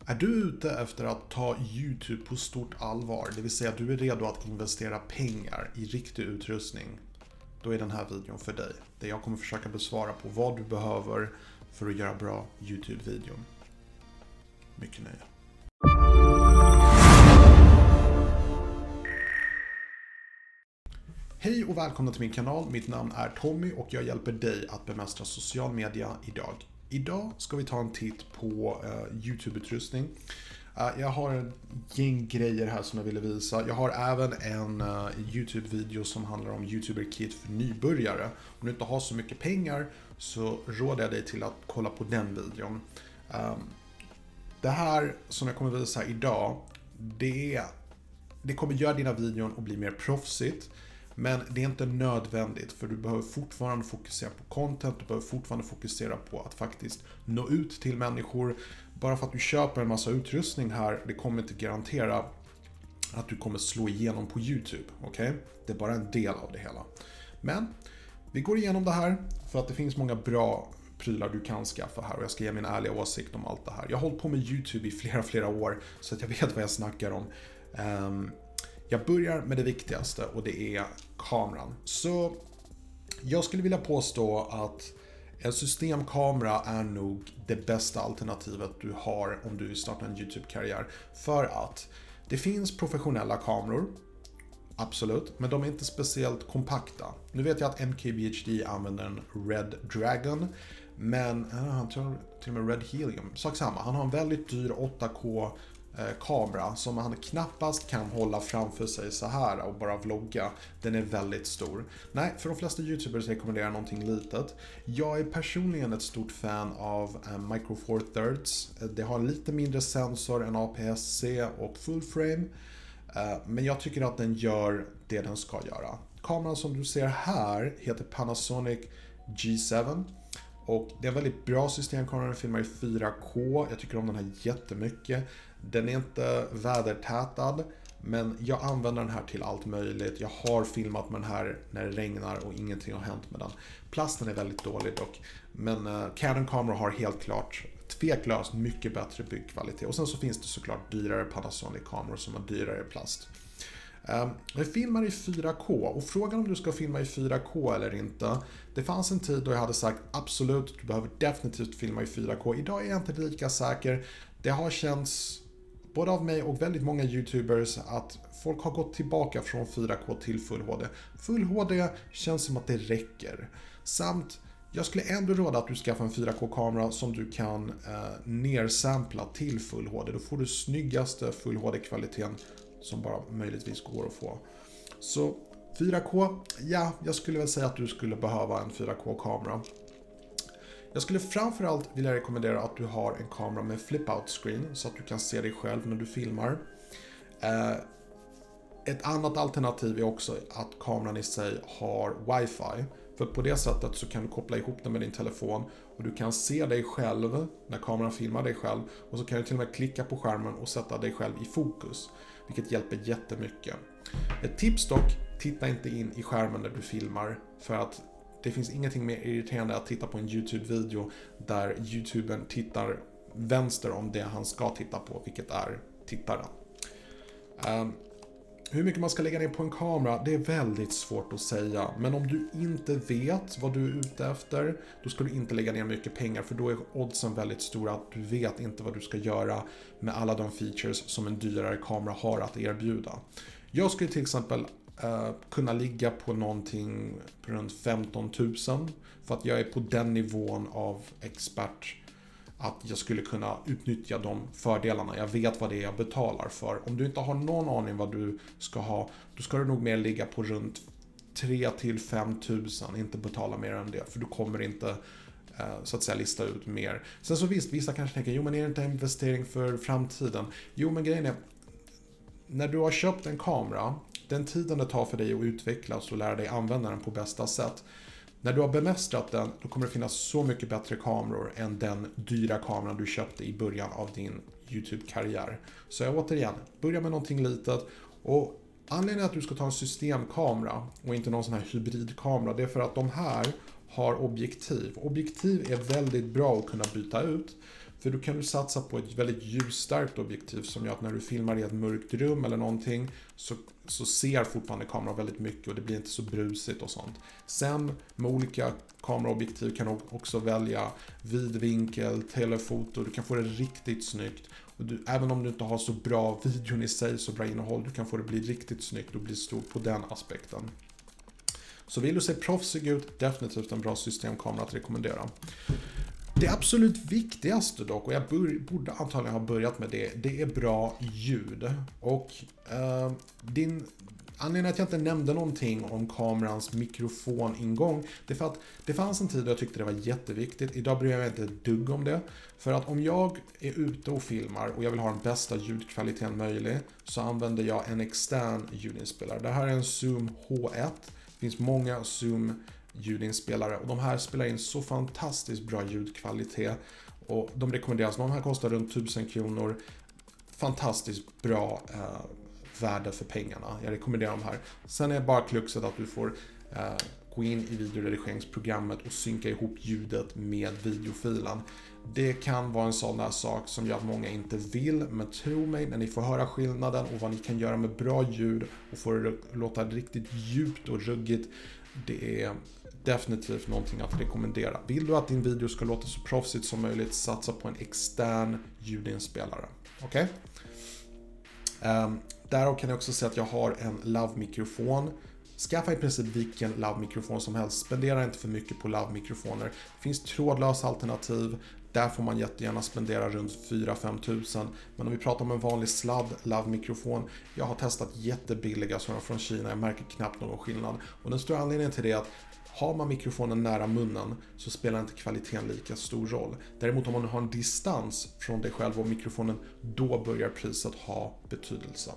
Är du ute efter att ta YouTube på stort allvar, det vill säga att du är redo att investera pengar i riktig utrustning, då är den här videon för dig. Där jag kommer försöka besvara på vad du behöver för att göra bra YouTube-videon. Mycket nöje. Hej och välkomna till min kanal. Mitt namn är Tommy och jag hjälper dig att bemästra social media idag. Idag ska vi ta en titt på YouTube-utrustning. Jag har en gäng grejer här som jag ville visa. Jag har även en YouTube-video som handlar om YouTuber-kit för nybörjare. Om du inte har så mycket pengar så råder jag dig till att kolla på den videon. Det här som jag kommer visa idag, det kommer göra dina videon och bli mer proffsigt. Men det är inte nödvändigt, för du behöver fortfarande fokusera på content, du behöver fortfarande fokusera på att faktiskt nå ut till människor. Bara för att du köper en massa utrustning här, det kommer inte garantera att du kommer slå igenom på YouTube, okej? Det är bara en del av det hela. Men vi går igenom det här för att det finns många bra prylar du kan skaffa här och jag ska ge min ärliga åsikt om allt det här. Jag har hållit på med YouTube i flera år så att jag vet vad jag snackar om. Jag börjar med det viktigaste och det är kameran. Så jag skulle vilja påstå att en systemkamera är nog det bästa alternativet du har om du startar en YouTube-karriär. För att det finns professionella kameror, absolut, men de är inte speciellt kompakta. Nu vet jag att MKBHD använder en Red Dragon, men han tror till och med Red Helium, sak samma. Han har en väldigt dyr 8K kamera som han knappast kan hålla framför sig så här och bara vlogga. Den är väldigt stor. Nej, för de flesta YouTubers rekommenderar jag någonting litet. Jag är personligen ett stort fan av Micro Four Thirds. Det har lite mindre sensor än APS-C och full frame. Men jag tycker att den gör det den ska göra. Kameran som du ser här heter Panasonic G7. Och det är en väldigt bra systemkamera, den filmar i 4K. Jag tycker om den här jättemycket. Den är inte vädertätad, men jag använder den här till allt möjligt. Jag har filmat med den här när det regnar och ingenting har hänt med den. Plasten är väldigt dålig dock, men Canon-kameror har helt klart tveklöst mycket bättre byggkvalitet. Och sen så finns det såklart dyrare Panasonic-kameror som har dyrare plast. Den filmar i 4K och frågan om du ska filma i 4K eller inte. Det fanns en tid då jag hade sagt absolut, du behöver definitivt filma i 4K. Idag är jag inte lika säker. Det har känts både av mig och väldigt många YouTubers att folk har gått tillbaka från 4K till Full HD. Full HD känns som att det räcker. Samt jag skulle ändå råda att du skaffar en 4K-kamera som du kan nersampla till Full HD. Då får du snyggaste Full HD-kvaliteten som bara möjligtvis går att få. Så 4K, ja, jag skulle väl säga att du skulle behöva en 4K-kamera. Jag skulle framförallt vilja rekommendera att du har en kamera med flip-out screen så att du kan se dig själv när du filmar. Ett annat alternativ är också att kameran i sig har wifi. För på det sättet så kan du koppla ihop den med din telefon och du kan se dig själv när kameran filmar dig själv. Och så kan du till och med klicka på skärmen och sätta dig själv i fokus. Vilket hjälper jättemycket. Ett tips dock, titta inte in i skärmen när du filmar. För att det finns ingenting mer irriterande att titta på en YouTube-video där YouTubern tittar vänster om det han ska titta på, vilket är tittaren. Hur mycket man ska lägga ner på en kamera, det är väldigt svårt att säga. Men om du inte vet vad du är ute efter, då ska du inte lägga ner mycket pengar. För då är oddsen väldigt stora att du vet inte vad du ska göra med alla de features som en dyrare kamera har att erbjuda. Jag skulle till exempel kunna ligga på någonting runt 15 000. För att jag är på den nivån av expert att jag skulle kunna utnyttja de fördelarna. Jag vet vad det är jag betalar för. Om du inte har någon aning vad du ska ha, då ska du nog mer ligga på runt 3 till 5 000. Inte betala mer än det, för du kommer inte så att säga lista ut mer. Sen så visst, vissa kanske tänker, jo men är det inte en investering för framtiden? Jo men grejen är, när du har köpt en kamera, den tiden det tar för dig att utvecklas och lära dig använda den på bästa sätt. När du har bemästrat den, då kommer det finnas så mycket bättre kameror än den dyra kameran du köpte i början av din YouTube-karriär. Så jag återigen, börja med någonting litet. Och anledningen att du ska ta en systemkamera och inte någon sån här hybridkamera, det är för att de här har objektiv. Objektiv är väldigt bra att kunna byta ut. För då kan du satsa på ett väldigt ljusstarkt objektiv som gör att när du filmar i ett mörkt rum eller någonting så ser fortfarande kameran väldigt mycket och det blir inte så brusigt och sånt. Sen med olika kameraobjektiv kan du också välja vidvinkel, telefoto, du kan få det riktigt snyggt. Och även om du inte har så bra videon i sig, så bra innehåll, du kan få det bli riktigt snyggt och bli stor på den aspekten. Så vill du se proffsig ut, definitivt en bra systemkamera att rekommendera. Det absolut viktigaste dock, och jag borde antagligen ha börjat med det är bra ljud. Och anledningen att jag inte nämnde någonting om kamerans mikrofoningång, det är för att det fanns en tid då jag tyckte det var jätteviktigt. Idag bryr jag mig inte ett dugg om det. För att om jag är ute och filmar och jag vill ha den bästa ljudkvaliteten möjlig, så använder jag en extern ljudinspelare. Det här är en Zoom H1. Det finns många Zoom ljudinspelare och de här spelar in så fantastiskt bra ljudkvalitet och de rekommenderas. De här kostar runt 1000 kronor. Fantastiskt bra värde för pengarna. Jag rekommenderar de här. Sen är bara kluxet att du får gå in i videoredigeringsprogrammet och synka ihop ljudet med videofilen. Det kan vara en sån där sak som gör att många inte vill, men tro mig, när ni får höra skillnaden och vad ni kan göra med bra ljud och få det låta riktigt djupt och ruggigt, det är definitivt någonting att rekommendera. Vill du att din video ska låta så proffsigt som möjligt, satsa på en extern ljudinspelare. Okej? Därav kan jag också säga att jag har en lav-mikrofon. Skaffa i princip vilken lav-mikrofon som helst. Spendera inte för mycket på lav-mikrofoner. Det finns trådlösa alternativ. Där får man jättegärna spendera runt 4-5 tusen. Men om vi pratar om en vanlig sladd lav-mikrofon. Jag har testat jättebilliga sådana från Kina. Jag märker knappt någon skillnad. Och den stora anledningen till det är att har man mikrofonen nära munnen så spelar inte kvaliteten lika stor roll. Däremot om man har en distans från dig själv och mikrofonen, då börjar priset ha betydelse.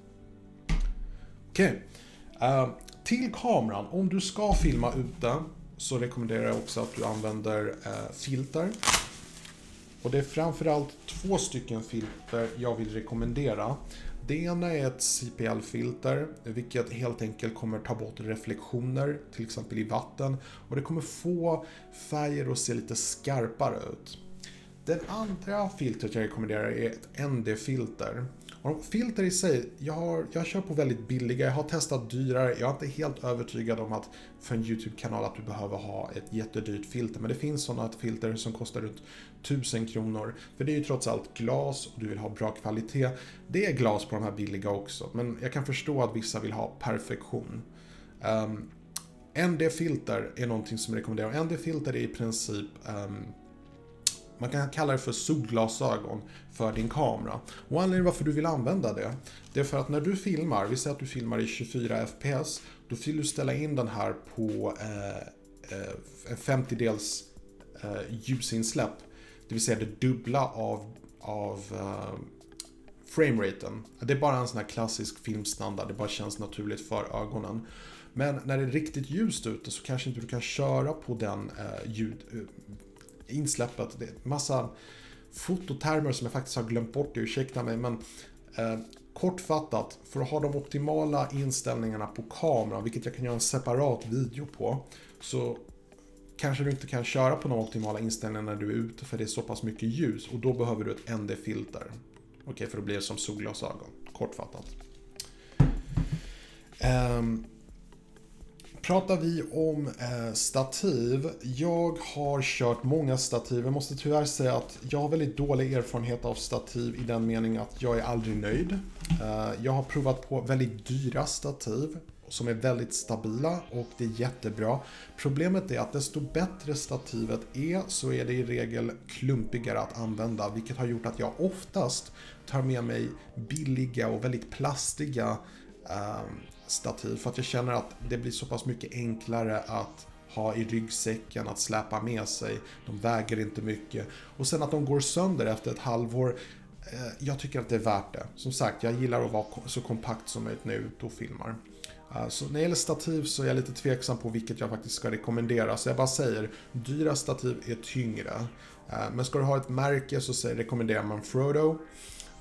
Okej. Till kameran, om du ska filma ute så rekommenderar jag också att du använder filter. Och det är framförallt 2 stycken filter jag vill rekommendera. Det ena är ett CPL-filter, vilket helt enkelt kommer ta bort reflektioner, till exempel i vatten. Och det kommer få färger att se lite skarpare ut. Den andra filtret jag rekommenderar är ett ND-filter. Och filter i sig, jag kör på väldigt billiga, jag har testat dyrare, jag är inte helt övertygad om att för en YouTube-kanal att du behöver ha ett jättedyrt filter. Men det finns sådana filter som kostar runt 1000 kronor. För det är ju trots allt glas och du vill ha bra kvalitet. Det är glas på de här billiga också, men jag kan förstå att vissa vill ha perfektion. ND-filter är någonting som jag rekommenderar. ND-filter är i princip... man kan kalla det för solglasögon för din kamera. Och anledningen varför du vill använda det är för att när du filmar, vi säger att du filmar i 24 fps, då vill du ställa in den här på en 50-dels ljusinsläpp. Det vill säga det dubbla av frameraten. Det är bara en sån här klassisk filmstandard, det bara känns naturligt för ögonen. Men när det är riktigt ljust ute så kanske inte du kan köra på den insläppet. Det är massa fototermer som jag faktiskt har glömt bort, ursäkta mig, men kortfattat, för att ha de optimala inställningarna på kameran, vilket jag kan göra en separat video på, så kanske du inte kan köra på de optimala inställningarna när du är ute för det är så pass mycket ljus, och då behöver du ett ND-filter. Okej, för då blir det som solglasögon, kortfattat. Pratar vi om stativ. Jag har kört många stativ. Jag måste tyvärr säga att jag har väldigt dålig erfarenhet av stativ i den meningen att jag är aldrig nöjd. Jag har provat på väldigt dyra stativ som är väldigt stabila och det är jättebra. Problemet är att desto bättre stativet är så är det i regel klumpigare att använda, vilket har gjort att jag oftast tar med mig billiga och väldigt plastiga stativ för att jag känner att det blir så pass mycket enklare att ha i ryggsäcken, att släpa med sig. De väger inte mycket. Och sen att de går sönder efter ett halvår, jag tycker att det är värt det. Som sagt, jag gillar att vara så kompakt som möjligt när jag är ute och filmar. Så när det gäller stativ så är jag lite tveksam på vilket jag faktiskt ska rekommendera. Så jag bara säger, dyra stativ är tyngre. Men ska du ha ett märke så rekommenderar man Frodo.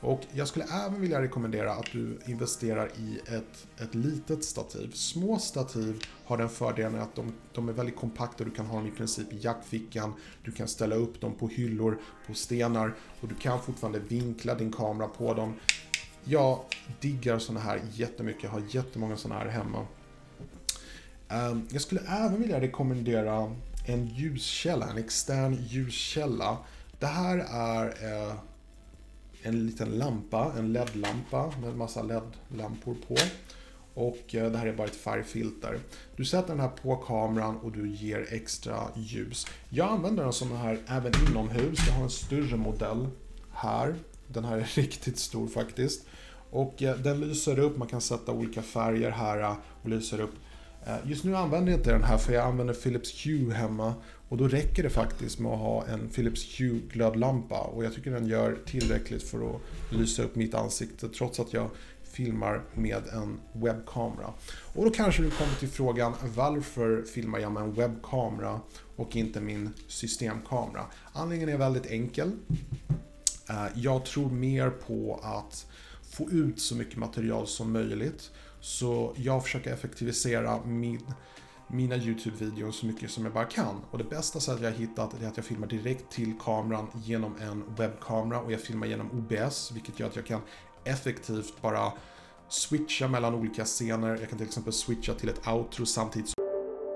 Och jag skulle även vilja rekommendera att du investerar i ett litet stativ. Små stativ har den fördelen att de är väldigt kompakta. Du kan ha dem i princip i jackfickan. Du kan ställa upp dem på hyllor, på stenar. Och du kan fortfarande vinkla din kamera på dem. Jag diggar såna här jättemycket. Jag har jättemånga såna här hemma. Jag skulle även vilja rekommendera en ljuskälla, en extern ljuskälla. Det här är en liten lampa, en LED-lampa med en massa LED-lampor på. Och det här är bara ett färgfilter. Du sätter den här på kameran och du ger extra ljus. Jag använder en sån här även inomhus. Jag har en större modell här. Den här är riktigt stor faktiskt. Och den lyser upp, man kan sätta olika färger här och lyser upp. Just nu använder jag inte den här för jag använder Philips Hue hemma. Och då räcker det faktiskt med att ha en Philips Hue glödlampa. Och jag tycker den gör tillräckligt för att lysa upp mitt ansikte trots att jag filmar med en webbkamera. Och då kanske du kommer till frågan, varför filmar jag med en webbkamera och inte min systemkamera? Anledningen är väldigt enkel. Jag tror mer på att få ut så mycket material som möjligt. Så jag försöker effektivisera mina YouTube-videor så mycket som jag bara kan. Och det bästa sättet jag har hittat är att jag filmar direkt till kameran genom en webbkamera. Och jag filmar genom OBS, vilket gör att jag kan effektivt bara switcha mellan olika scener. Jag kan till exempel switcha till ett outro samtidigt som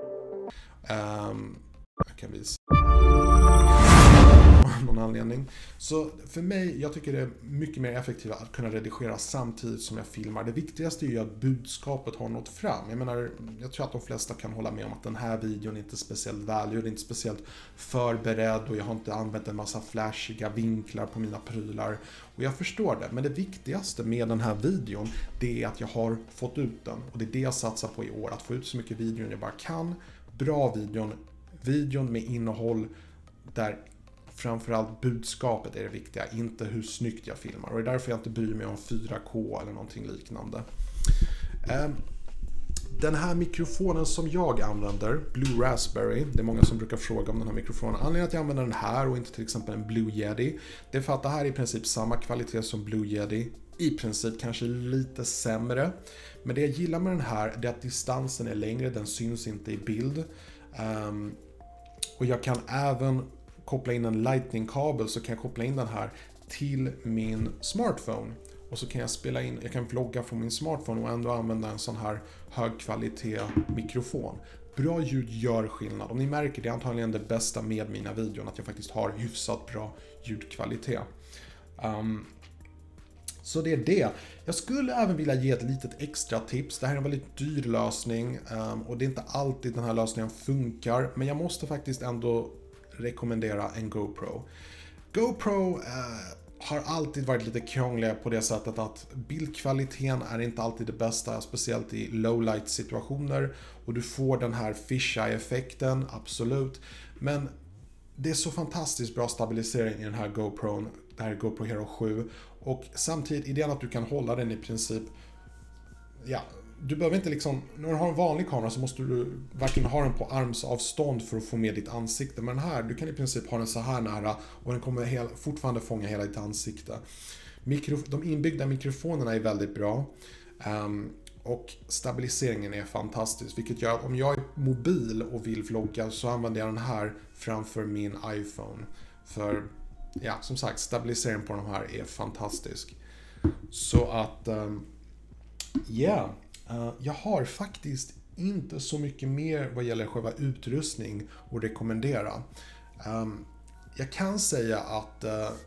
jag kan visa någon anledning. Så för mig, jag tycker det är mycket mer effektivt att kunna redigera samtidigt som jag filmar. Det viktigaste är ju att budskapet har nått fram. Jag tror att de flesta kan hålla med om att den här videon inte är speciellt välgjord, inte speciellt förberedd och jag har inte använt en massa flashiga vinklar på mina prylar. Och jag förstår det, men det viktigaste med den här videon, det är att jag har fått ut den. Och det är det jag satsar på i år, att få ut så mycket videon jag bara kan. Bra videon med innehåll där framförallt budskapet är det viktiga, inte hur snyggt jag filmar. Och det är därför jag inte bryr mig om 4K eller någonting liknande. Den här mikrofonen som jag använder, Blue Raspberry, det är många som brukar fråga om den här mikrofonen. Anledningen att jag använder den här och inte till exempel en Blue Yeti, det är för att det här är i princip samma kvalitet som Blue Yeti. I princip kanske lite sämre. Men det jag gillar med den här är att distansen är längre, den syns inte i bild. Och jag kan även koppla in en lightning-kabel, så kan jag koppla in den här till min smartphone. Och så kan jag spela in, jag kan vlogga från min smartphone och ändå använda en sån här högkvalitet mikrofon. Bra ljud gör skillnad. Om ni märker, det är antagligen det bästa med mina videon, att jag faktiskt har hyfsat bra ljudkvalitet. Så det är det. Jag skulle även vilja ge ett litet extra tips. Det här är en väldigt dyr lösning och det är inte alltid den här lösningen funkar. Men jag måste faktiskt ändå rekommendera en GoPro. GoPro har alltid varit lite krångliga på det sättet att bildkvaliteten är inte alltid det bästa, speciellt i lowlight situationer. Och du får den här fisheye-effekten, absolut. Men det är så fantastiskt bra stabilisering i den här GoPron. Det här är GoPro Hero 7. Och samtidigt, idén att du kan hålla den i princip, du behöver inte liksom, när du har en vanlig kamera så måste du verkligen ha den på armsavstånd för att få med ditt ansikte. Men den här, du kan i princip ha den så här nära och den kommer fortfarande fånga hela ditt ansikte. De inbyggda mikrofonerna är väldigt bra. Och stabiliseringen är fantastisk, vilket gör att om jag är mobil och vill vlogga så använder jag den här framför min iPhone. För som sagt, stabiliseringen på de här är fantastisk. Så att jag har faktiskt inte så mycket mer vad gäller själva utrustning att rekommendera. Jag kan säga att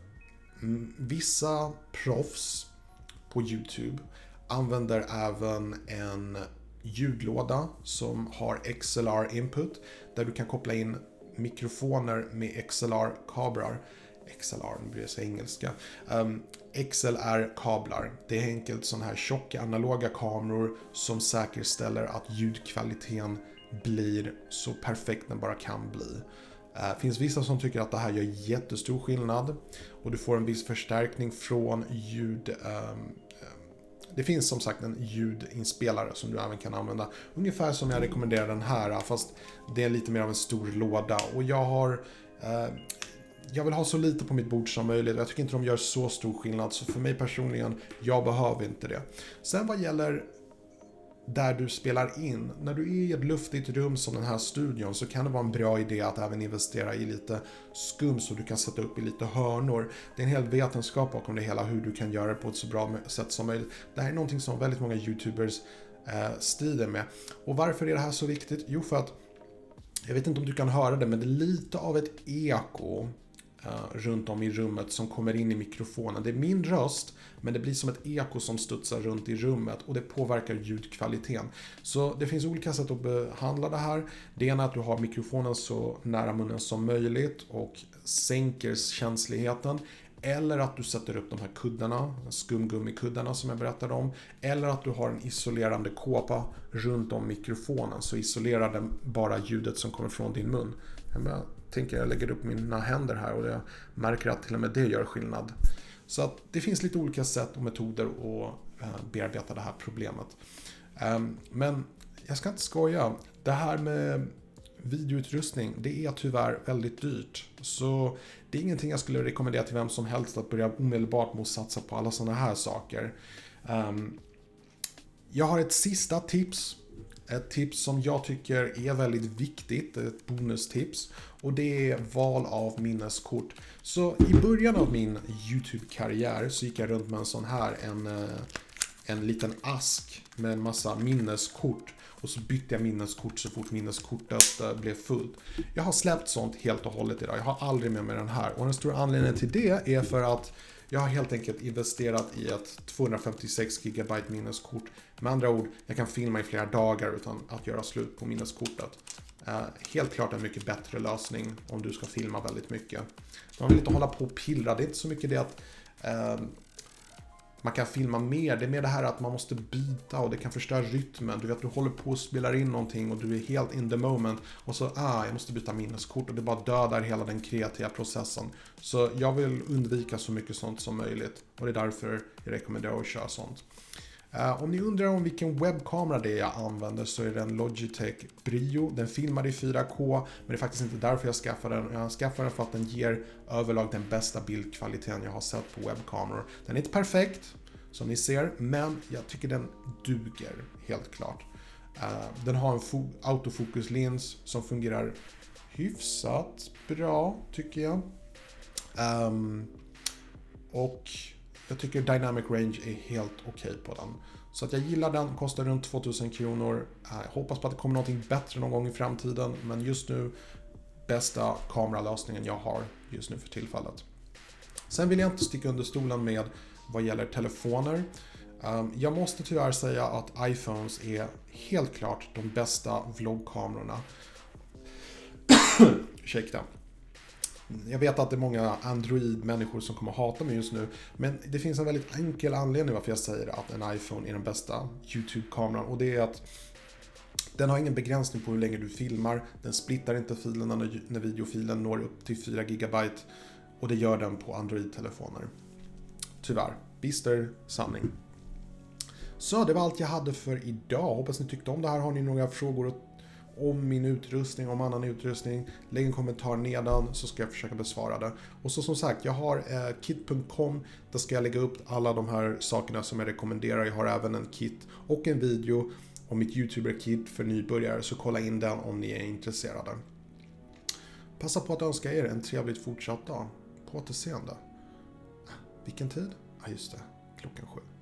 vissa proffs på YouTube använder även en ljudlåda som har XLR input, där du kan koppla in mikrofoner med XLR-kablar. XLR, nu blir det så engelska. XLR-kablar. Det är enkelt sådana här tjocka analoga kameror som säkerställer att ljudkvaliteten blir så perfekt den bara kan bli. Det finns vissa som tycker att det här gör jättestor skillnad och du får en viss förstärkning från ljud. Det finns som sagt en ljudinspelare som du även kan använda. Ungefär som jag rekommenderar den här, fast det är lite mer av en stor låda. Och jag har jag vill ha så lite på mitt bord som möjligt. Jag tycker inte de gör så stor skillnad. Så för mig personligen, jag behöver inte det. Sen vad gäller där du spelar in. När du är i ett luftigt rum som den här studion så kan det vara en bra idé att även investera i lite skum så du kan sätta upp i lite hörnor. Det är en hel vetenskap bakom det hela hur du kan göra det på ett så bra sätt som möjligt. Det här är någonting som väldigt många YouTubers strider med. Och varför är det här så viktigt? Jo, för att jag vet inte om du kan höra det, men det är lite av ett eko runt om i rummet som kommer in i mikrofonen. Det är min röst, men det blir som ett eko som studsar runt i rummet och det påverkar ljudkvaliteten. Så det finns olika sätt att behandla det här. Det ena är att du har mikrofonen så nära munnen som möjligt och sänker känsligheten. Eller att du sätter upp de här kuddarna, skumgummikuddarna som jag berättade om. Eller att du har en isolerande kåpa runt om mikrofonen så isolerar den bara ljudet som kommer från din mun. Jag tänker jag lägger upp mina händer här och jag märker att till och med det gör skillnad. Så att det finns lite olika sätt och metoder att bearbeta det här problemet. Men jag ska inte skoja. Det här med videoutrustning, det är tyvärr väldigt dyrt. Så det är ingenting jag skulle rekommendera till vem som helst att börja omedelbart med att satsa på alla sådana här saker. Jag har ett sista tips. Ett tips som jag tycker är väldigt viktigt, ett bonustips. Och det är val av minneskort. Så i början av min YouTube-karriär så gick jag runt med en sån här, en liten ask med en massa minneskort. Och så bytte jag minneskort så fort minneskortet blev fullt. Jag har släppt sånt helt och hållet idag. Jag har aldrig med mig den här. Och den stora anledningen till det är för att jag har helt enkelt investerat i ett 256 GB minneskort. Med andra ord, jag kan filma i flera dagar utan att göra slut på minneskortet. Helt klart en mycket bättre lösning om du ska filma väldigt mycket. Man vill inte hålla på och pillra. Det är inte så mycket det att man kan filma mer. Det är mer det här att man måste byta och det kan förstöra rytmen. Du vet, du håller på och spelar in någonting och du är helt in the moment. Och så, jag måste byta minneskort och det bara dödar hela den kreativa processen. Så jag vill undvika så mycket sånt som möjligt. Och det är därför jag rekommenderar att köra sånt. Om ni undrar om vilken webbkamera det är jag använder så är det en Logitech Brio. Den filmar i 4K, men det är faktiskt inte därför jag skaffade den. Jag skaffade den för att den ger överlag den bästa bildkvaliteten jag har sett på webbkameror. Den är inte perfekt, som ni ser, men jag tycker den duger, helt klart. Den har en autofokuslins som fungerar hyfsat bra, tycker jag. Och jag tycker Dynamic Range är helt okej på den. Så att jag gillar den, kostar runt 2000 kronor. Jag hoppas på att det kommer någonting bättre någon gång i framtiden. Men just nu, bästa kameralösningen jag har just nu för tillfället. Sen vill jag inte sticka under stolen med vad gäller telefoner. Jag måste tyvärr säga att iPhones är helt klart de bästa vloggkamerorna. Ursäkta. Jag vet att det är många Android-människor som kommer hata mig just nu. Men det finns en väldigt enkel anledning varför jag säger att en iPhone är den bästa YouTube-kameran. Och det är att den har ingen begränsning på hur länge du filmar. Den splittar inte filerna när videofilen når upp till 4 GB. Och det gör den på Android-telefoner. Tyvärr. Bister sanning. Så det var allt jag hade för idag. Hoppas ni tyckte om det här. Har ni några frågor om min utrustning, om annan utrustning, lägg en kommentar nedan så ska jag försöka besvara det. Och så som sagt, jag har kit.com, där ska jag lägga upp alla de här sakerna som jag rekommenderar. Jag har även en kit och en video om mitt YouTuber-kit för nybörjare, så kolla in den om ni är intresserade. Passa på att önska er en trevligt fortsatt dag. På återseende. Vilken tid? Ja, just det. 7:00.